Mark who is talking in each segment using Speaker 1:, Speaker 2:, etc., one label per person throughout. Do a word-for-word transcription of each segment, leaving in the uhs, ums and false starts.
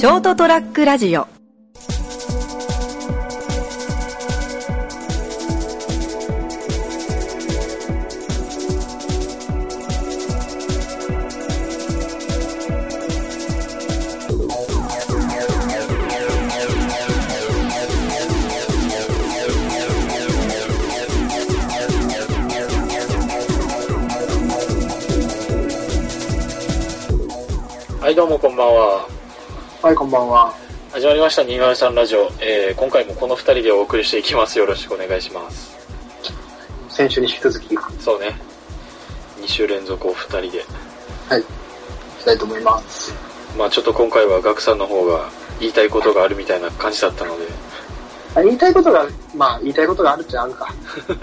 Speaker 1: ショートトラックラジオ。
Speaker 2: はい、どうもこんばんは。
Speaker 3: はい、こんばんは。
Speaker 2: 始まりましたにーまるさんラジオ、えー、今回もこのふたりでお送りしていきます。よろしくお願いします。
Speaker 3: 先週に引き続き。
Speaker 2: そうね、に週連続おふたりで
Speaker 3: はい、いきたいと思います。
Speaker 2: まあちょっと今回はガクさんの方が言いたいことがあるみたいな感じだったので、
Speaker 3: あ、言いたいことが、まあ言いたいことがあるっちゃあるか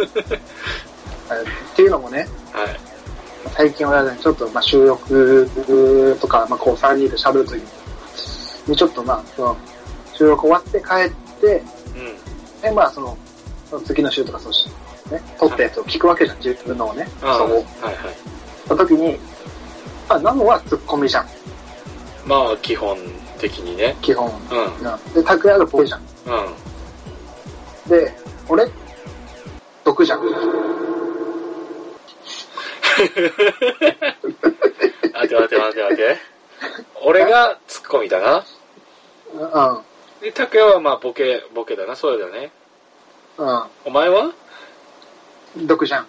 Speaker 3: っていうのもね、
Speaker 2: はい、
Speaker 3: 最近はね、ちょっとまあ収録とか、まあこうさんにんで喋るときに、ちょっとまあ、その、収録終わって帰って、
Speaker 2: うん、
Speaker 3: で、まあその、その次の週とかそうし、ね、撮ったやつを聞くわけじゃん、自分のをね、
Speaker 2: そう。
Speaker 3: はいはい。その時に、まあ、ナムはツッコミじゃん。
Speaker 2: まあ基本的にね。
Speaker 3: 基本。
Speaker 2: うん。
Speaker 3: で、拓也がボケじゃん。
Speaker 2: うん。
Speaker 3: で、俺、毒じゃん。
Speaker 2: 待て待て待て待て。俺がツッコミだな。
Speaker 3: うん。
Speaker 2: で、拓也はまあボケ、ボケだな。そうだね。
Speaker 3: うん。
Speaker 2: お前は
Speaker 3: 毒じゃん。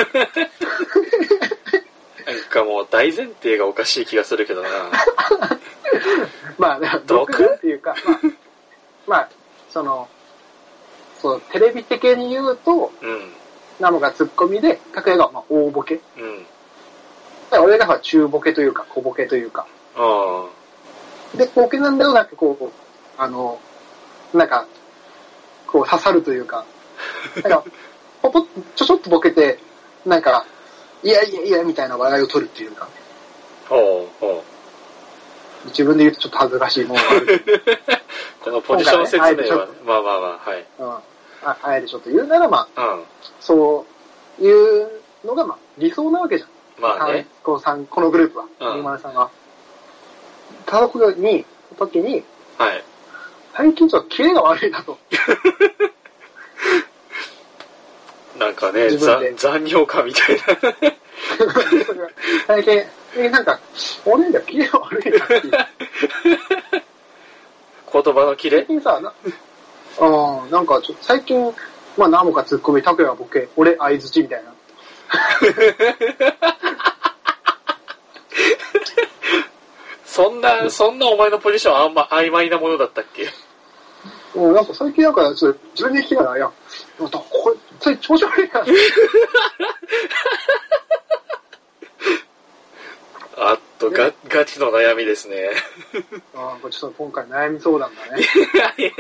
Speaker 2: なんかもう大前提がおかしい気がするけどな。
Speaker 3: まあ、毒っていうか、まあ、まあ、その、そう、テレビ的に言うと、
Speaker 2: うん。
Speaker 3: ナムがツッコミで、拓也がまあ大ボケ。
Speaker 2: うん。
Speaker 3: 俺が中ボケというか、小ボケというか。
Speaker 2: あ
Speaker 3: あ。で、ボケなんだよ、なんかこう、あの、なんか、こう刺さるというか、なんか、ポポちょちょっとボケて、なんか、いやいやいやみたいな笑いを取るっていうか。
Speaker 2: ほうほ
Speaker 3: う。自分で言うとちょっと恥ずかしいものがある。
Speaker 2: このポジション説明は、まあまあまあ、はい。
Speaker 3: うん。あ、あえてちょっと言うならまあ、
Speaker 2: うん、
Speaker 3: そういうのがまあ理想なわけじゃん。
Speaker 2: まあね。
Speaker 3: こうこのグループは、
Speaker 2: うん、
Speaker 3: 今田さんが。家族に、時に、
Speaker 2: はい。
Speaker 3: 最近ちょっとキレが悪いなと。
Speaker 2: なんかね、残尿感みたいな。
Speaker 3: 最近、なんか、俺がキレが悪いなっていう。
Speaker 2: 言葉のキレ？
Speaker 3: 最近さ、な、うん、なんかちょっと最近、まあ何もかツッコミ、拓也はボケ、俺相づちみたいな。
Speaker 2: そんな、そんなお前のポジションあんま曖昧なものだったっけ？
Speaker 3: うん、なんか最近なんか、ちょっと自分で聞きながら、いや、これ、それ調子悪いな。
Speaker 2: あっと、ガ、ガチの悩みですね。
Speaker 3: ああ、これちょっと今回悩み相談だね。
Speaker 2: いやいや。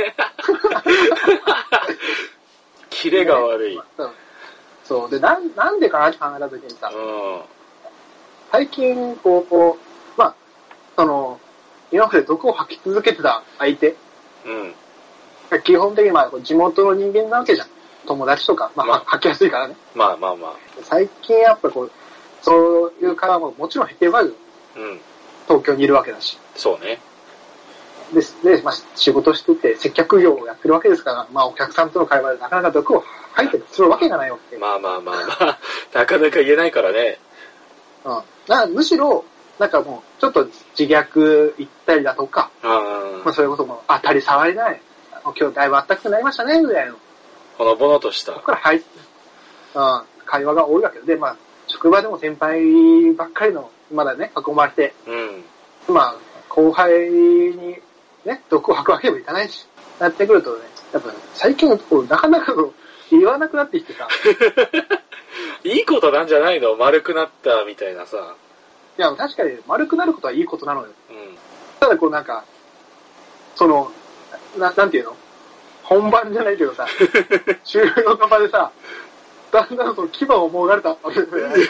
Speaker 2: キレが悪い。
Speaker 3: ね、そう。で、なん、なんでかなって考えたときにさ、
Speaker 2: うん、
Speaker 3: 最近、こう、こう、まあ、その、今まで毒を吐き続けてた相手、
Speaker 2: うん、
Speaker 3: 基本的にまあ、地元の人間なわけじゃん。友達とか、まあ、まあ、吐きやすいからね。
Speaker 2: まあまあまあ。
Speaker 3: 最近やっぱこう、そういう方ももちろん減ってるわけよ。
Speaker 2: うん。
Speaker 3: 東京にいるわけだし。
Speaker 2: そうね。
Speaker 3: で、で、まあ、仕事してて接客業をやってるわけですから、まあ、お客さんとの会話でなかなか毒を吐いてするわけがないよって。
Speaker 2: まあまあまあまあ、なかなか言えないからね。
Speaker 3: うん。だむしろ、なんかもう、ちょっと自虐言ったりだとか、
Speaker 2: あ
Speaker 3: まあそういうことも当たり障りない。今日だいぶ暖かくなりましたね、ぐらいの。
Speaker 2: ほのぼのとした。
Speaker 3: ここから入って、うん、会話が多いわけで、まあ、職場でも先輩ばっかりの、まだね、囲まれて、
Speaker 2: うん、
Speaker 3: まあ、後輩にね、毒を吐くわけにもいかないし、なってくるとね、やっぱ最近のところなかなか言わなくなってきてさ。
Speaker 2: いいことなんじゃないの？丸くなったみたいなさ。
Speaker 3: いや、確かに丸くなることはいいことなのよ。
Speaker 2: うん、
Speaker 3: ただこうなんか、その、な、なんていうの？本番じゃないけどさ、終了の場でさ、だんだんその牙をもがれたわけですよね。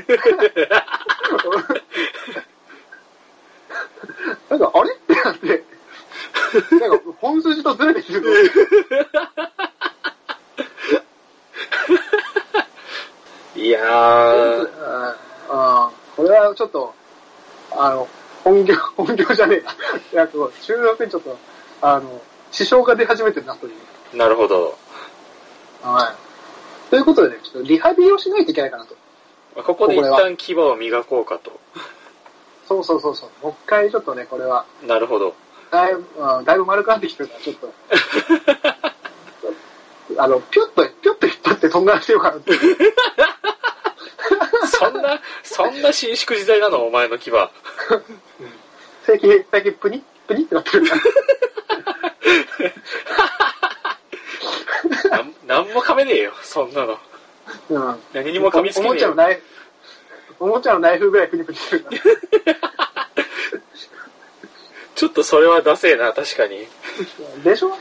Speaker 3: なんか、あれってなって、なんか本筋とずれてきてる。
Speaker 2: いやー、
Speaker 3: あこれはちょっと、あの、 本業、本業じゃねえな。いや、こう、中学にちょっと、あの、支障が出始めてるなという。
Speaker 2: なるほど。
Speaker 3: はい。ということでね、ちょっとリハビリをしないといけないかなと。
Speaker 2: ここで一旦牙を磨こうかと。
Speaker 3: そうそうそうそう。もう一回ちょっとね、これは。
Speaker 2: なるほど。
Speaker 3: だいぶ、うん、だいぶ丸くなってきてるから、ちょっと。あの、ぴょっと、ぴょっと引っ張ってとんがらしてようかなって。
Speaker 2: そんな、そんな伸縮自在なのお前の牙。
Speaker 3: 最近、最近プニッ、プニッってなってるから。
Speaker 2: なん、なんも噛めねえよ、そんなの。
Speaker 3: うん。
Speaker 2: 何にも噛みつけねえよ。
Speaker 3: おもちゃのナイフ、おもちゃのナイフぐらいプニプニしてるから。
Speaker 2: ちょっとそれはダセえな、確かに。
Speaker 3: でしょ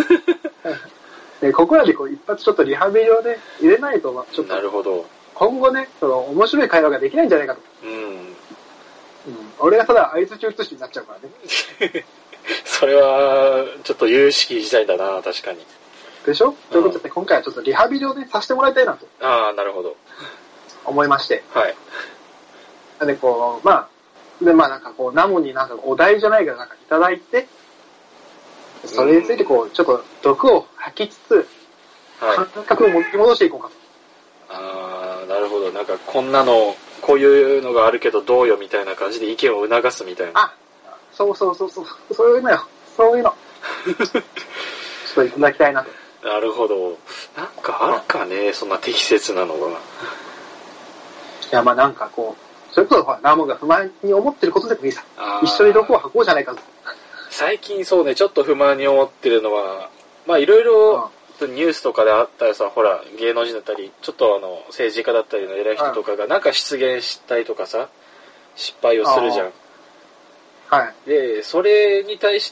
Speaker 3: ここらでこう一発ちょっとリハビリをね、入れないと、ちょっと。
Speaker 2: なるほど。
Speaker 3: 今後ね、その面白い会話ができないんじゃないかと。
Speaker 2: うん。うん、
Speaker 3: 俺がただ相づち打つしになっちゃうからね。
Speaker 2: それは、ちょっと有識自体だな、確かに。
Speaker 3: でしょ、うん、ということで、今回はちょっとリハビリをね、させてもらいたいなと。
Speaker 2: ああ、なるほど。
Speaker 3: 思いまして。
Speaker 2: はい。
Speaker 3: で、こう、まあ、で、まあなんかこう、ナモになんかお題じゃないけどなんかいただいて、それについてこう、ちょっと毒を吐きつつ、はい、感覚を持ち戻していこうかと。
Speaker 2: ああ、なるほど。なんかこんなの、こういうのがあるけどどうよみたいな感じで意見を促すみたいな。
Speaker 3: あ、そうそうそうそう、そういうのよ。そういうの。ちょっといただきたいなと。
Speaker 2: なるほど。なんかあるかね、そんな適切なのが。
Speaker 3: いや、まあなんかこう、それこそほら、ナモが不満に思ってることでもいいさ。一緒に毒を吐こうじゃないかと。
Speaker 2: 最近そうね、ちょっと不満に思ってるのは、まあいろいろニュースとかであったらさ、ほら、芸能人だったり、ちょっとあの、政治家だったりの偉い人とかがなんか失言したりとかさ、失敗をするじゃん。
Speaker 3: はい。
Speaker 2: で、それに対して、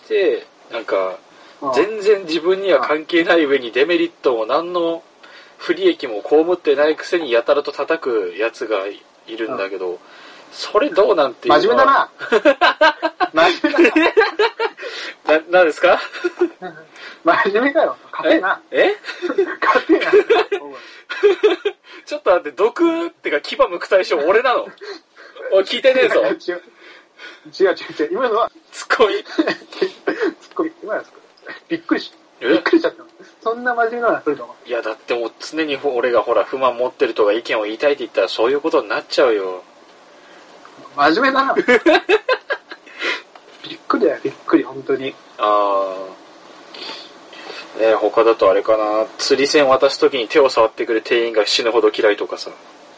Speaker 2: なんか、全然自分には関係ない上にデメリットも何の不利益も被ってないくせにやたらと叩くやつがいるんだけど、それどうなんていうのは。
Speaker 3: 真面目だな。真面目だな。
Speaker 2: な、なんですか
Speaker 3: 真面目かよ。勝てえな。
Speaker 2: え
Speaker 3: 勝てえな。
Speaker 2: ちょっと待って、毒ってか牙むく対象俺なの。おい、聞いてねえぞ。
Speaker 3: 違う。違う違う違う。今のは、
Speaker 2: ツッコミ。
Speaker 3: ツッコミ。今のはツッコミ。びっくりし、びっくりしちゃった。そんな真面目なのはそれと思う。
Speaker 2: いや、だってもう常に俺がほら、不満持ってるとか意見を言いたいって言ったらそういうことになっちゃうよ。
Speaker 3: 真面目だな。びっくりだよ、びっくり、本当に。
Speaker 2: ああ。ねえ、他だとあれかな。釣り線渡すときに手を触ってくる店員が死ぬほど嫌いとかさ。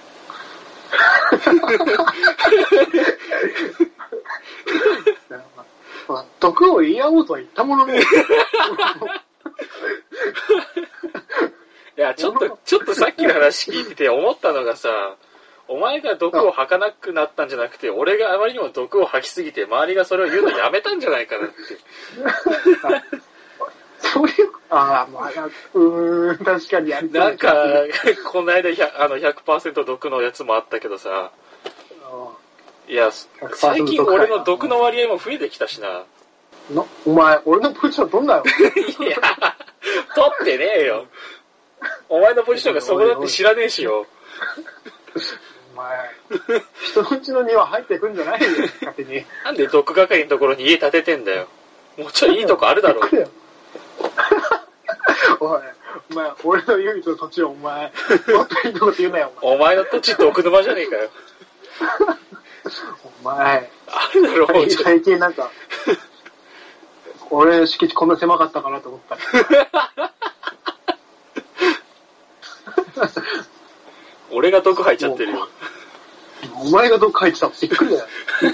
Speaker 3: 毒を言い合おうとは言ったものの。い
Speaker 2: や、ちょっと、ちょっとさっきの話聞いてて思ったのがさ、お前が毒を吐かなくなったんじゃなくて、俺があまりにも毒を吐きすぎて、周りがそれを言うのやめたんじゃないかなって。
Speaker 3: そういう、ああ、まあ、うーん、確かにやりたい。
Speaker 2: なんか、この間あの ひゃくパーセント 毒のやつもあったけどさ、いや、最近俺の毒の割合も増えてきたしな。
Speaker 3: な、お前、俺のポジション取んなよ。
Speaker 2: いや、取ってねえよ。お前のポジションがそこだって知らねえしよ。
Speaker 3: お前、人のうちの庭入ってくんじゃないよ、勝手に。
Speaker 2: なんで毒係のところに家建ててんだよ。もうちょいいいとこあるだろ。
Speaker 3: おい、お前、俺の唯一の土地をお前、もっといいとこって言うなよ、
Speaker 2: お前。お前の土地って奥沼じゃねえかよ。
Speaker 3: お前、
Speaker 2: あるだろ、
Speaker 3: 最近最近なんか、俺敷地こんな狭かったかなと思った。
Speaker 2: 俺が毒吐いちゃってるよ。
Speaker 3: お前が毒吐いてたのびっくりだよ。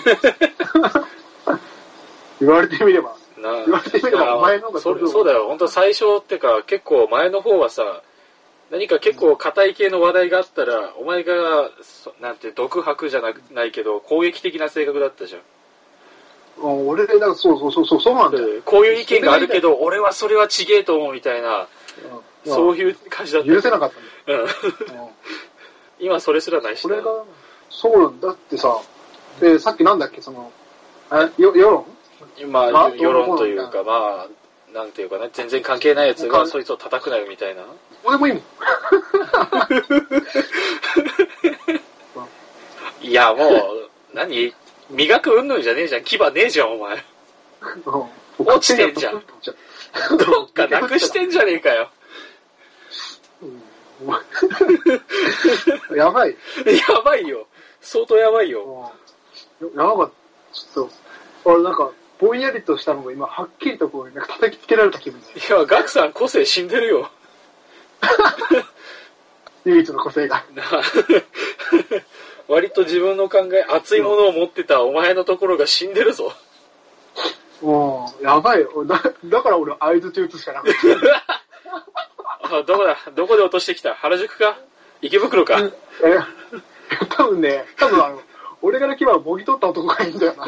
Speaker 3: 言われてみれば。
Speaker 2: な
Speaker 3: 言われてみればお前の方が
Speaker 2: そそうだよ。本当最初ってか結構前の方はさ、何か結構硬い系の話題があったら、お前がなんて毒吐くじゃなないけど攻撃的な性格だったじゃん。
Speaker 3: 俺だからそうそうそうそうそうなんだよ。
Speaker 2: こういう意見があるけど俺はそれはちげえと思うみたいな、うん、そういう感じだった。
Speaker 3: 許せなかったんだよ。
Speaker 2: うん。今それすらないしな。
Speaker 3: これがそうだってさ、えー、さっきなんだっけそのえよ世論。
Speaker 2: まあ、世論というか、まあ、なんていうかね、全然関係ないやつがそいつを叩くなよみたいな。
Speaker 3: 俺もいいもん。
Speaker 2: いや、もう、何磨くうんぬんじゃねえじゃん。牙ねえじゃん、お前。落ちてんじゃん。どっかなくしてんじゃねえかよ。
Speaker 3: うん、やばい。
Speaker 2: やばいよ。相当やばいよ。
Speaker 3: やばかった。ちょっと、俺なんか、ぼんやりとしたのが今、はっきりとこう、なんか叩きつけられた気分で。
Speaker 2: いや、ガクさん個性死んでるよ。
Speaker 3: 唯一の個性が。
Speaker 2: 割と自分の考え、熱いものを持ってたお前のところが死んでるぞ。
Speaker 3: もう、やばいよ。だだから俺、合図中打つしかなかった。
Speaker 2: あ、どこだどこで落としてきた原宿か池袋か、
Speaker 3: え、多分ね、多分あの、俺から牙をもぎ取った男がいいんだよな。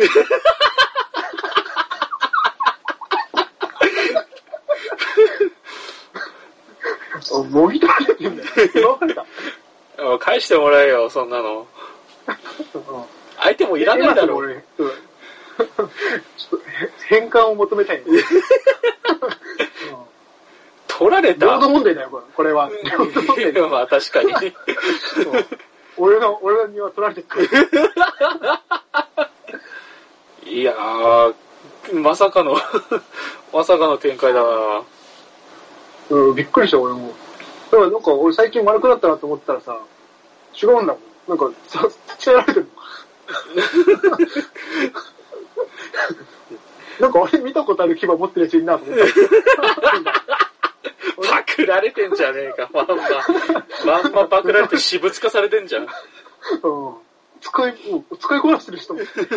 Speaker 3: もぎ取られてんだよ。今までだ。
Speaker 2: 返してもらえよ、そんなの。相手もいらないだろ。俺、ちょっ
Speaker 3: と返還を求めたい、ね。
Speaker 2: 取られた。
Speaker 3: 領土問題だよ、これ。これは。領土問題だよ。
Speaker 2: まあ確かに。
Speaker 3: 俺の、俺の庭取られてくる。
Speaker 2: いやー、まさかの、まさかの展開だな。
Speaker 3: うん、びっくりした、俺も。だからなんか、俺最近丸くなったなと思ったらさ、違うんだもん。なんか、さ、伝えられてるの。なんか俺見たことある牙持ってるやついんなと思った。
Speaker 2: パクられてんじゃねえか、まんま。まんまパクられて私物化されてんじゃん。うん。
Speaker 3: 使い、使いこなしてる人も。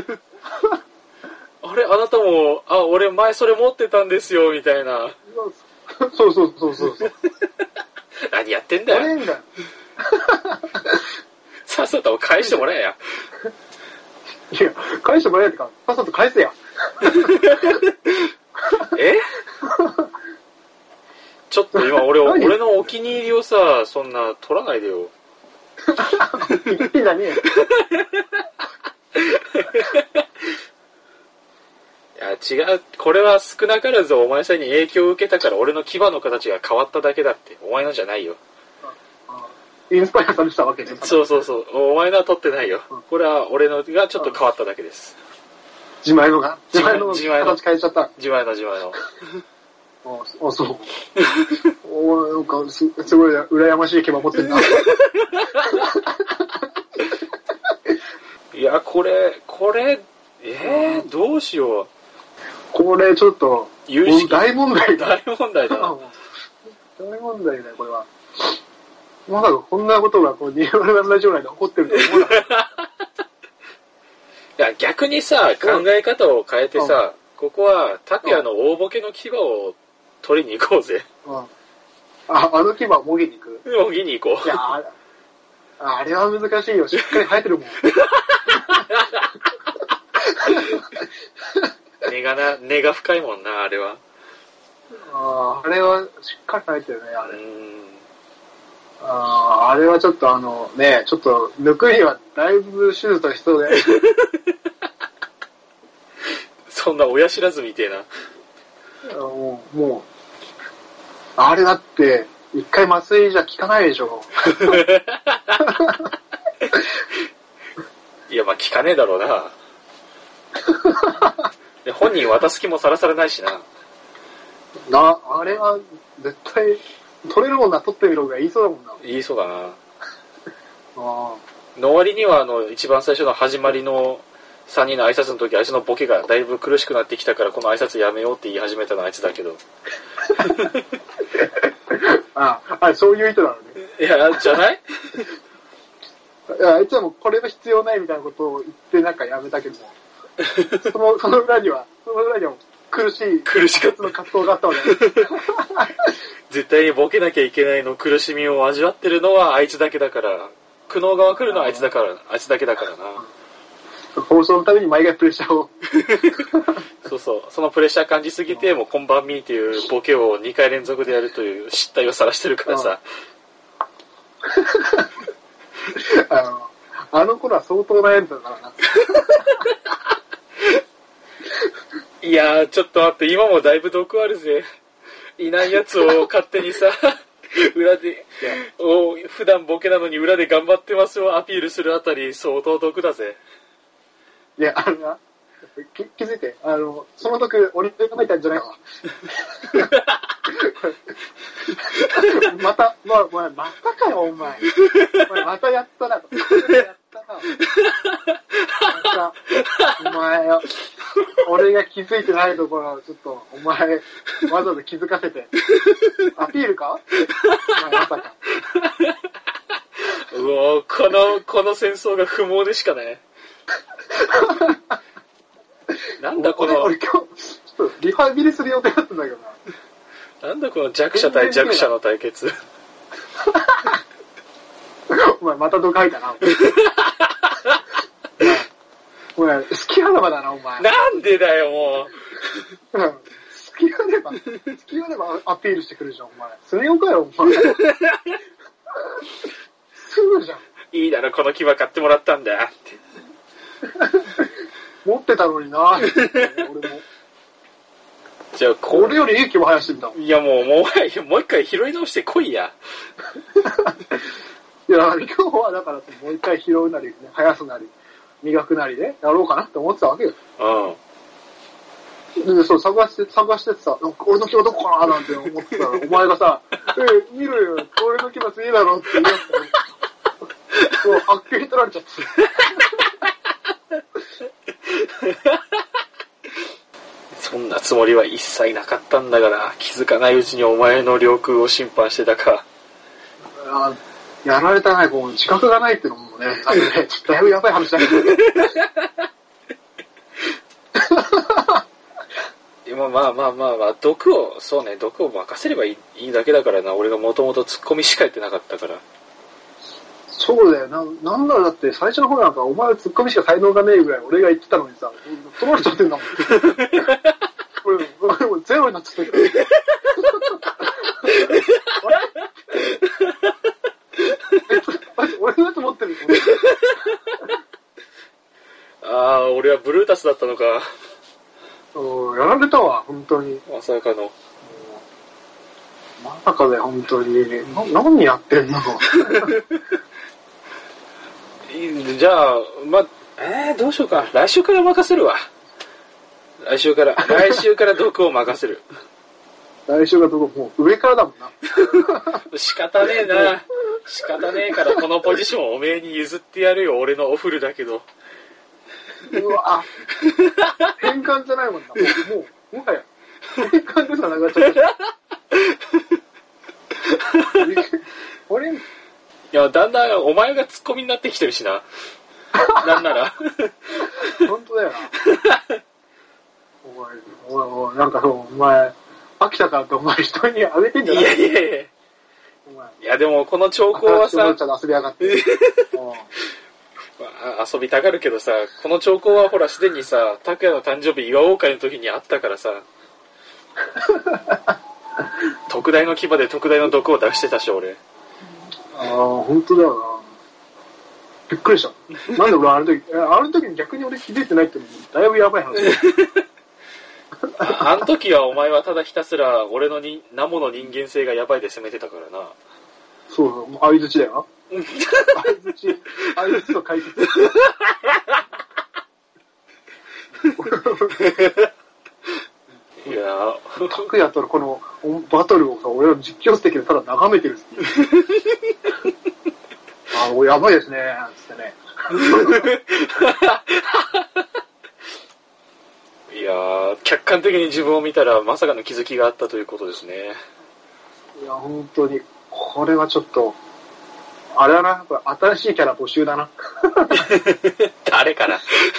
Speaker 2: あれ、あなたも、あ、俺前それ持ってたんですよ、みたいな。
Speaker 3: そうそうそうそうそう。
Speaker 2: 何やってんだよ。さっさと返してもらえや。
Speaker 3: いや、返してもらえってか、さっさと返せや。
Speaker 2: えちょっと今俺、俺のお気に入りをさ、そんな取らないでよ。
Speaker 3: 言ってんじゃねえよ。
Speaker 2: いや、違う。これは少なからずお前さんに影響を受けたから俺の牙の形が変わっただけだって。お前のじゃないよ。
Speaker 3: インスパイアされてたわけね。
Speaker 2: そうそうそう。お前のは取ってないよ。これは俺のがちょっと変わっただけです。
Speaker 3: 自前のが自前の形変えちゃった。
Speaker 2: 自前の自前の。
Speaker 3: あ、そう。おなんかす、すごい羨ましい牙持ってんな。
Speaker 2: いや、これ、これ、えー、どうしよう。
Speaker 3: これちょっと、大問題だ。
Speaker 2: 大問題だな。
Speaker 3: 大問題だよ、これは。まさかこんなことが、こう、ニューラルラジオ内で起こってると思わなかった。い
Speaker 2: や、逆にさ、考え方を変えてさ、ここは、拓也の大ボケの牙を取りに行こうぜ。
Speaker 3: うん。あ、あの牙をもぎに行く？
Speaker 2: もぎに行こう。
Speaker 3: いや、あれ、あれは難しいよ。しっかり生えてるもん。
Speaker 2: 根がな、根が深いもんな、あれは。
Speaker 3: ああ、あれはしっかり生えてるね、あれ。
Speaker 2: うん。
Speaker 3: ああ、あれはちょっとあの、ね、ちょっと、抜くにはだいぶ手術が必要で。
Speaker 2: そんな親知らずみてえな。
Speaker 3: もう、もう、あれだって、一回麻酔じゃ効かないでしょ。
Speaker 2: いや、まあ効かねえだろうな。で本人渡す気もさらされないしな。
Speaker 3: な、あれは絶対取れるもんな、取ってみろが言いそうだもんな。
Speaker 2: 言いそうだな。
Speaker 3: ああ。
Speaker 2: の割にはあの一番最初の始まりのさんにんの挨拶の時、あいつのボケがだいぶ苦しくなってきたからこの挨拶やめようって言い始めたのはあいつだけど。
Speaker 3: ああ、あれそういう意図なのね。
Speaker 2: いや、じゃない？
Speaker 3: いや、あいつはもうこれは必要ないみたいなことを言ってなんかやめたけども。その、その裏には、その裏には苦しい、
Speaker 2: 苦しかった
Speaker 3: の葛藤があったわね。
Speaker 2: 絶対にボケなきゃいけないの苦しみを味わってるのはあいつだけだから、苦悩が来るのはあいつだから、あいつだけだからな。
Speaker 3: 放送のために毎回プレッシャーを。
Speaker 2: そうそう。そのプレッシャー感じすぎて、もうこんばんみーっていうボケをにかい連続でやるという失態を晒してるからさ。
Speaker 3: あの、あの頃は相当悩んだからな。
Speaker 2: いやー、ちょっと待って、今もだいぶ毒あるぜ。いないやつを勝手にさ、裏で、お普段ボケなのに裏で頑張ってますをアピールするあたり相当毒だぜ。
Speaker 3: いや、あのな、気気づいて、あの、その時、俺が書いたんじゃないわ。また、まあ、お前、またかよ、お前。お前、またやったな。やったな。また、お前よ。俺が気づいてないところを、ちょっと、お前、わざわざ気づかせて。アピールかお前、まさか。
Speaker 2: うおー、この、この戦争が不毛でしかない。なんだこの、
Speaker 3: 俺、俺今日、ちょっとリハビリする予定だったんだけどな。
Speaker 2: なんだこの弱者対弱者の対決。
Speaker 3: お前またどかいたな。お前、好きあらばだな、お前。
Speaker 2: なんでだよ、も
Speaker 3: う。好きあれば、好きあればアピールしてくるじゃん、お前。それよかよ、お前。すぐじゃん。
Speaker 2: いいだろ、この牙買ってもらったんだって。
Speaker 3: 持ってたのにな、俺も。
Speaker 2: じゃあ、こ
Speaker 3: 俺よりいい牙生やしてんだ。
Speaker 2: いや、もう、もう、もう一回拾い直して来いや。
Speaker 3: いや、今日はだからもう一回拾うなり、ね、生やすなり、磨くなりで、やろうかなって思ってたわけよ。うん。で、そう、探して、探しててさ、俺の牙どこかななんて思ってたら、お前がさ、え、見ろよ、俺の牙次だろって言い出したら、そう、あっけに取られちゃって。
Speaker 2: そんなつもりは一切なかったんだから、気づかないうちにお前の領空を侵犯してたか。
Speaker 3: あやられたない、こう、自覚がないっていうのもね、あのね、ちょっとだいぶやばい話だけど。
Speaker 2: でもまあまあまあまあ、毒を、そうね、毒を任せればいい、いいだけだからな、俺がもともとツッコミしかやってなかったから。
Speaker 3: そうだよな、なんだろうだって最初の方なんかお前はツッコミしか才能がねえぐらい俺が言ってたのにさ、取られちゃってんだもん。俺、俺もゼロになっちゃったけど。俺のやつ持ってる。
Speaker 2: ああ、俺はブルータスだったのか。
Speaker 3: やられたわ、本当に。
Speaker 2: まさかの。
Speaker 3: まさかで、本当に。な、何やってんの
Speaker 2: じゃあ、ま、えー、どうしようか。来週から任せるわ。来週から、来週から毒を任せる。
Speaker 3: 来週がどこ、もう上からだもんな。
Speaker 2: 仕方ねえな。仕方ねえからこのポジションおめえに譲ってやるよ。俺のオフルだけど。
Speaker 3: うわ変換じゃないもんな。もう、もう、もはや。変換でさなくなっちゃった。俺、い
Speaker 2: や、だんだんお前がツッコミになってきてるしな。なんなら。
Speaker 3: 本当だよな。お前、お前、お前、なんかそう、お前、飽きたからってお前人にあげてんじゃない？
Speaker 2: いやいやいや。お前いやでもこの兆候はさ、
Speaker 3: 遊びやがって。
Speaker 2: 遊びたがるけどさ、この兆候はほらすでにさ、拓也の誕生日祝おう会の時にあったからさ、特大の牙で特大の毒を出してたし俺。
Speaker 3: ああ、本当だよな。びっくりした。なんで俺あの時、あの時に逆に俺気づいてないってのもだいぶやばい話。
Speaker 2: あ, あの時はお前はただひたすら俺のにナモの人間性がやばいで攻めてたからな。
Speaker 3: そうそう、もう相づちだよな。相づち、相づちと解決。いやー、拓也とのこのバトルをさ、俺ら実況ステーキでただ眺めてるっていう。あー、やばいですね、つってね。
Speaker 2: いやー、客観的に自分を見たらまさかの気づきがあったということですね。
Speaker 3: いや、本当に、これはちょっと、あれだな、これ新しいキャラ募集だな。
Speaker 2: 誰かな。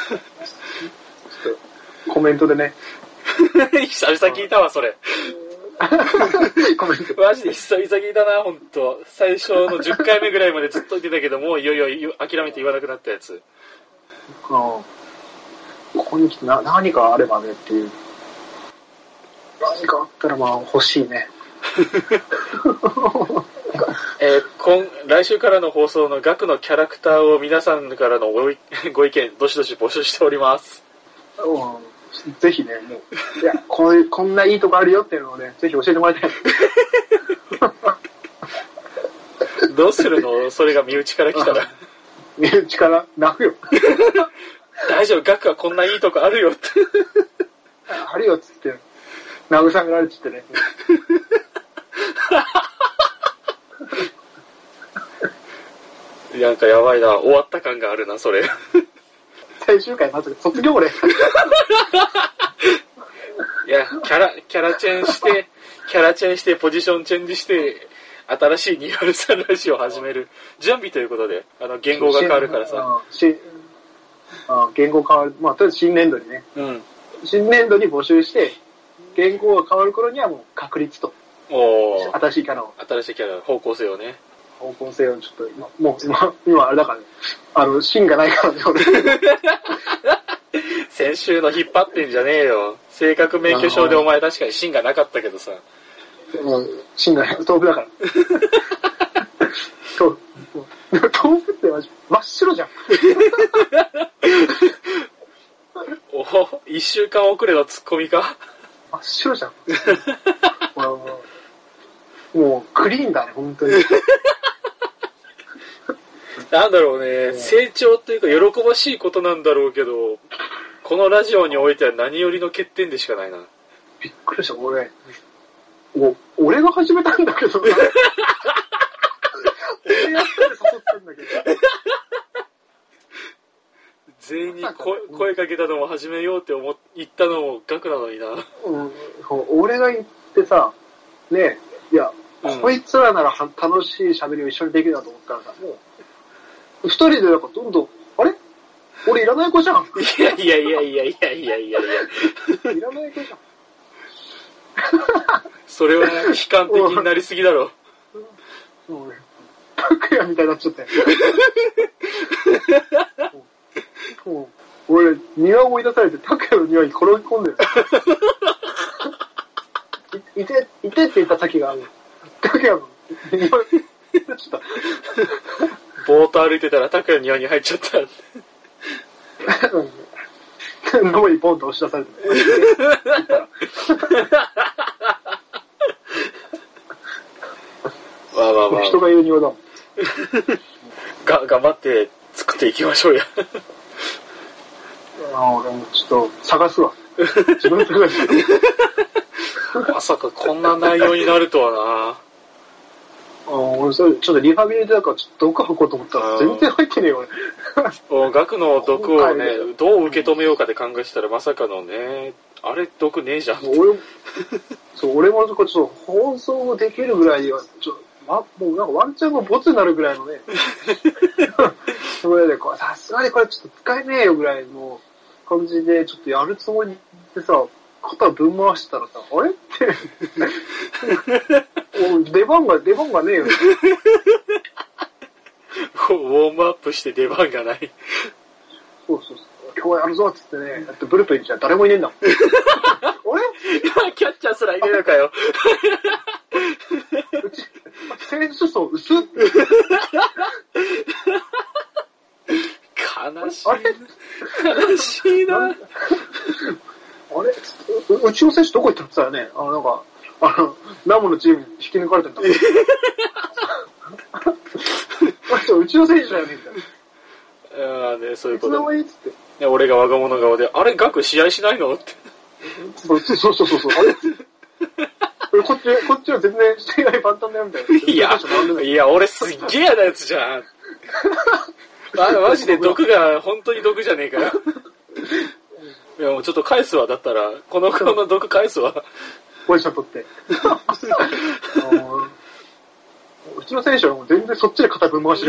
Speaker 3: コメントでね。
Speaker 2: 久々聞いたわ、それ。
Speaker 3: コメント。
Speaker 2: マジで久々聞いたな、ほんと。最初のじゅっかいめぐらいまでずっと言ってたけど、もういよいよ諦めて言わなくなったやつ。
Speaker 3: ここに来てな何かあればねっていう。何かあったらまあ欲しいね。
Speaker 2: えー、今来週からの放送のガクのキャラクターを皆さんからのご意ご意見どしどし募集しております。
Speaker 3: うん、ぜひね、もういやこういうこんないいとこあるよっていうのをね、ぜひ教えてもらいたい。
Speaker 2: どうするの？それが身内から来たら。
Speaker 3: 身内から泣くよ。
Speaker 2: 大丈夫、ガクはこんないいとこあるよって。
Speaker 3: あるよっつって、慰められちってね。
Speaker 2: なんかやばいな、終わった感があるな、それ。
Speaker 3: 最終回まず卒業俺。
Speaker 2: いや、キャラ、キャラチェンして、キャラチェンして、ポジションチェンジして、新しいにひゃくさんラジオを始める準備ということで、あの、言語が変わるからさ。
Speaker 3: しあ言語変わる。まあ、とりあえず新年度にね。
Speaker 2: うん。
Speaker 3: 新年度に募集して、言語が変わる頃にはもう確立と。
Speaker 2: おー。
Speaker 3: 新しいキャラを。
Speaker 2: 新しいキャラ、方向性をね。
Speaker 3: 方向性をちょっと今、もう今、今あれだからね。あの、芯がないからね、俺。
Speaker 2: 先週の引っ張ってんじゃねえよ。性格免許証でお前確かに芯がなかったけどさ。
Speaker 3: もう、芯がない。豆腐だから。豆腐。豆腐って真っ白じゃん。
Speaker 2: お一週間遅れのツッコミか。
Speaker 3: 真っ白じゃん。もう、クリーンだね、本当に。
Speaker 2: なんだろうね、成長というか喜ばしいことなんだろうけど、このラジオにおいては何よりの欠点でしかないな。
Speaker 3: びっくりした、俺。お、俺が始めたんだけどな。俺やったら誘ったんだけど。
Speaker 2: 全員に声、声かけたのも始めようって思っ言ったのもガクなのにな。
Speaker 3: うん、俺が言ってさ、ねえ、いや、うん、こいつらなら楽しい喋りを一緒にできるなと思ったらさ、もう、一人でなんかどんどん、あれ俺いらない子じゃん。
Speaker 2: いやいやいやいやいやいやいやいや。
Speaker 3: いらない子じゃん。
Speaker 2: それは悲観的になりすぎだろ。
Speaker 3: もうね、拓也みたいになっちゃったよ。もう俺、庭を追い出されて拓也の庭に転び込んでる。い, いて、いてって言った先がある。拓也の庭にちょっと。
Speaker 2: ぼーっと歩いてたら拓也の庭に入っちゃった。
Speaker 3: どこにポンと押し出されて
Speaker 2: まあまあまあ。
Speaker 3: 人がいる庭だもん。
Speaker 2: が、頑張って作っていきましょうや。
Speaker 3: ああ、俺もちょっと探すわ。自分で探す。
Speaker 2: まさかこんな内容になるとはな。
Speaker 3: ああ、俺それちょっとリハビリだからちょっと毒吐こうと思ったら全然入ってねえよ
Speaker 2: 俺。ガクの毒をね、どう受け止めようかって考えてたらまさかのね、あれ毒ねえじゃん。
Speaker 3: 俺そう、俺もちょっと放送できるぐらいには、ちょっと、ま、もうなんかワンチャンもボツになるぐらいのね、それでこう、さすがにこれちょっと使えねえよぐらいの感じでちょっとやるつもりでさ、肩ぶん回したらさ、あれって出番が、出番がねえよ。
Speaker 2: ウォームアップして出番がない。
Speaker 3: そうそうそう。今日はやるぞっつってね、だってブルペンじゃ誰もいねえんだもん。
Speaker 2: あれキャッチャーすらいねえのかよ。
Speaker 3: うち、選手層薄っ。
Speaker 2: 悲しい。悲しいな。
Speaker 3: あれう, うちの選手どこ行ったって言ったらね、あの、なんか、あの、ナモのチームに引き抜かれてんだ。うちの選手だよね、みたいな。
Speaker 2: ああね、そういうこと。
Speaker 3: いつでもいいっつって。
Speaker 2: 俺が我が物顔で、あれ、ガク試合しないのって。
Speaker 3: そうそうそうそう。あれこっち、こっちは全然試合万端だよ、みたいな。
Speaker 2: いや、いや、俺すっげえ嫌なやつじゃん。あマジで毒が本当に毒じゃねえかよ。いやもうちょっと返すわ、だったらこの顔の毒返すわ。
Speaker 3: ポジション取って。うちの選手はもう全然そっちで肩ぶん回してる。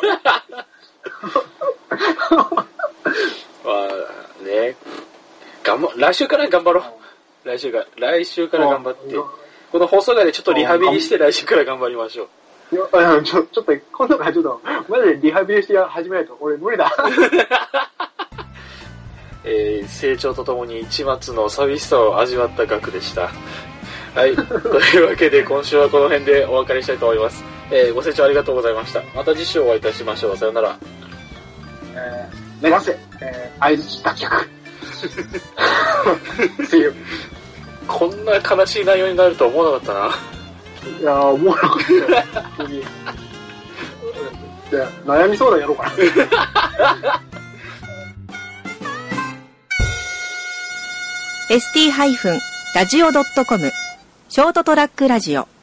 Speaker 2: まあね、頑張来週から頑張ろう。来週から来週から頑張って、この放送外でちょっとリハビリして来週から頑張りましょう。
Speaker 3: いや、ちょ、ちょっと、今度からちょっと、マジでリハビリして始めないと、俺無理だ。
Speaker 2: えー、成長とともに一末の寂しさを味わったガクでした。はい。というわけで、今週はこの辺でお別れしたいと思います。えー、ご清聴ありがとうございました。また次週お会いいたしましょう。さよなら。
Speaker 3: えー、目指せ、えー、相槌脱却。See you。
Speaker 2: こんな悲しい内容になるとは思わなかったな。
Speaker 3: いやー、思わなかったよ。本当に。悩み相談やろうかな。
Speaker 1: エスティー ラジオ ドットコム ショートトラックラジオ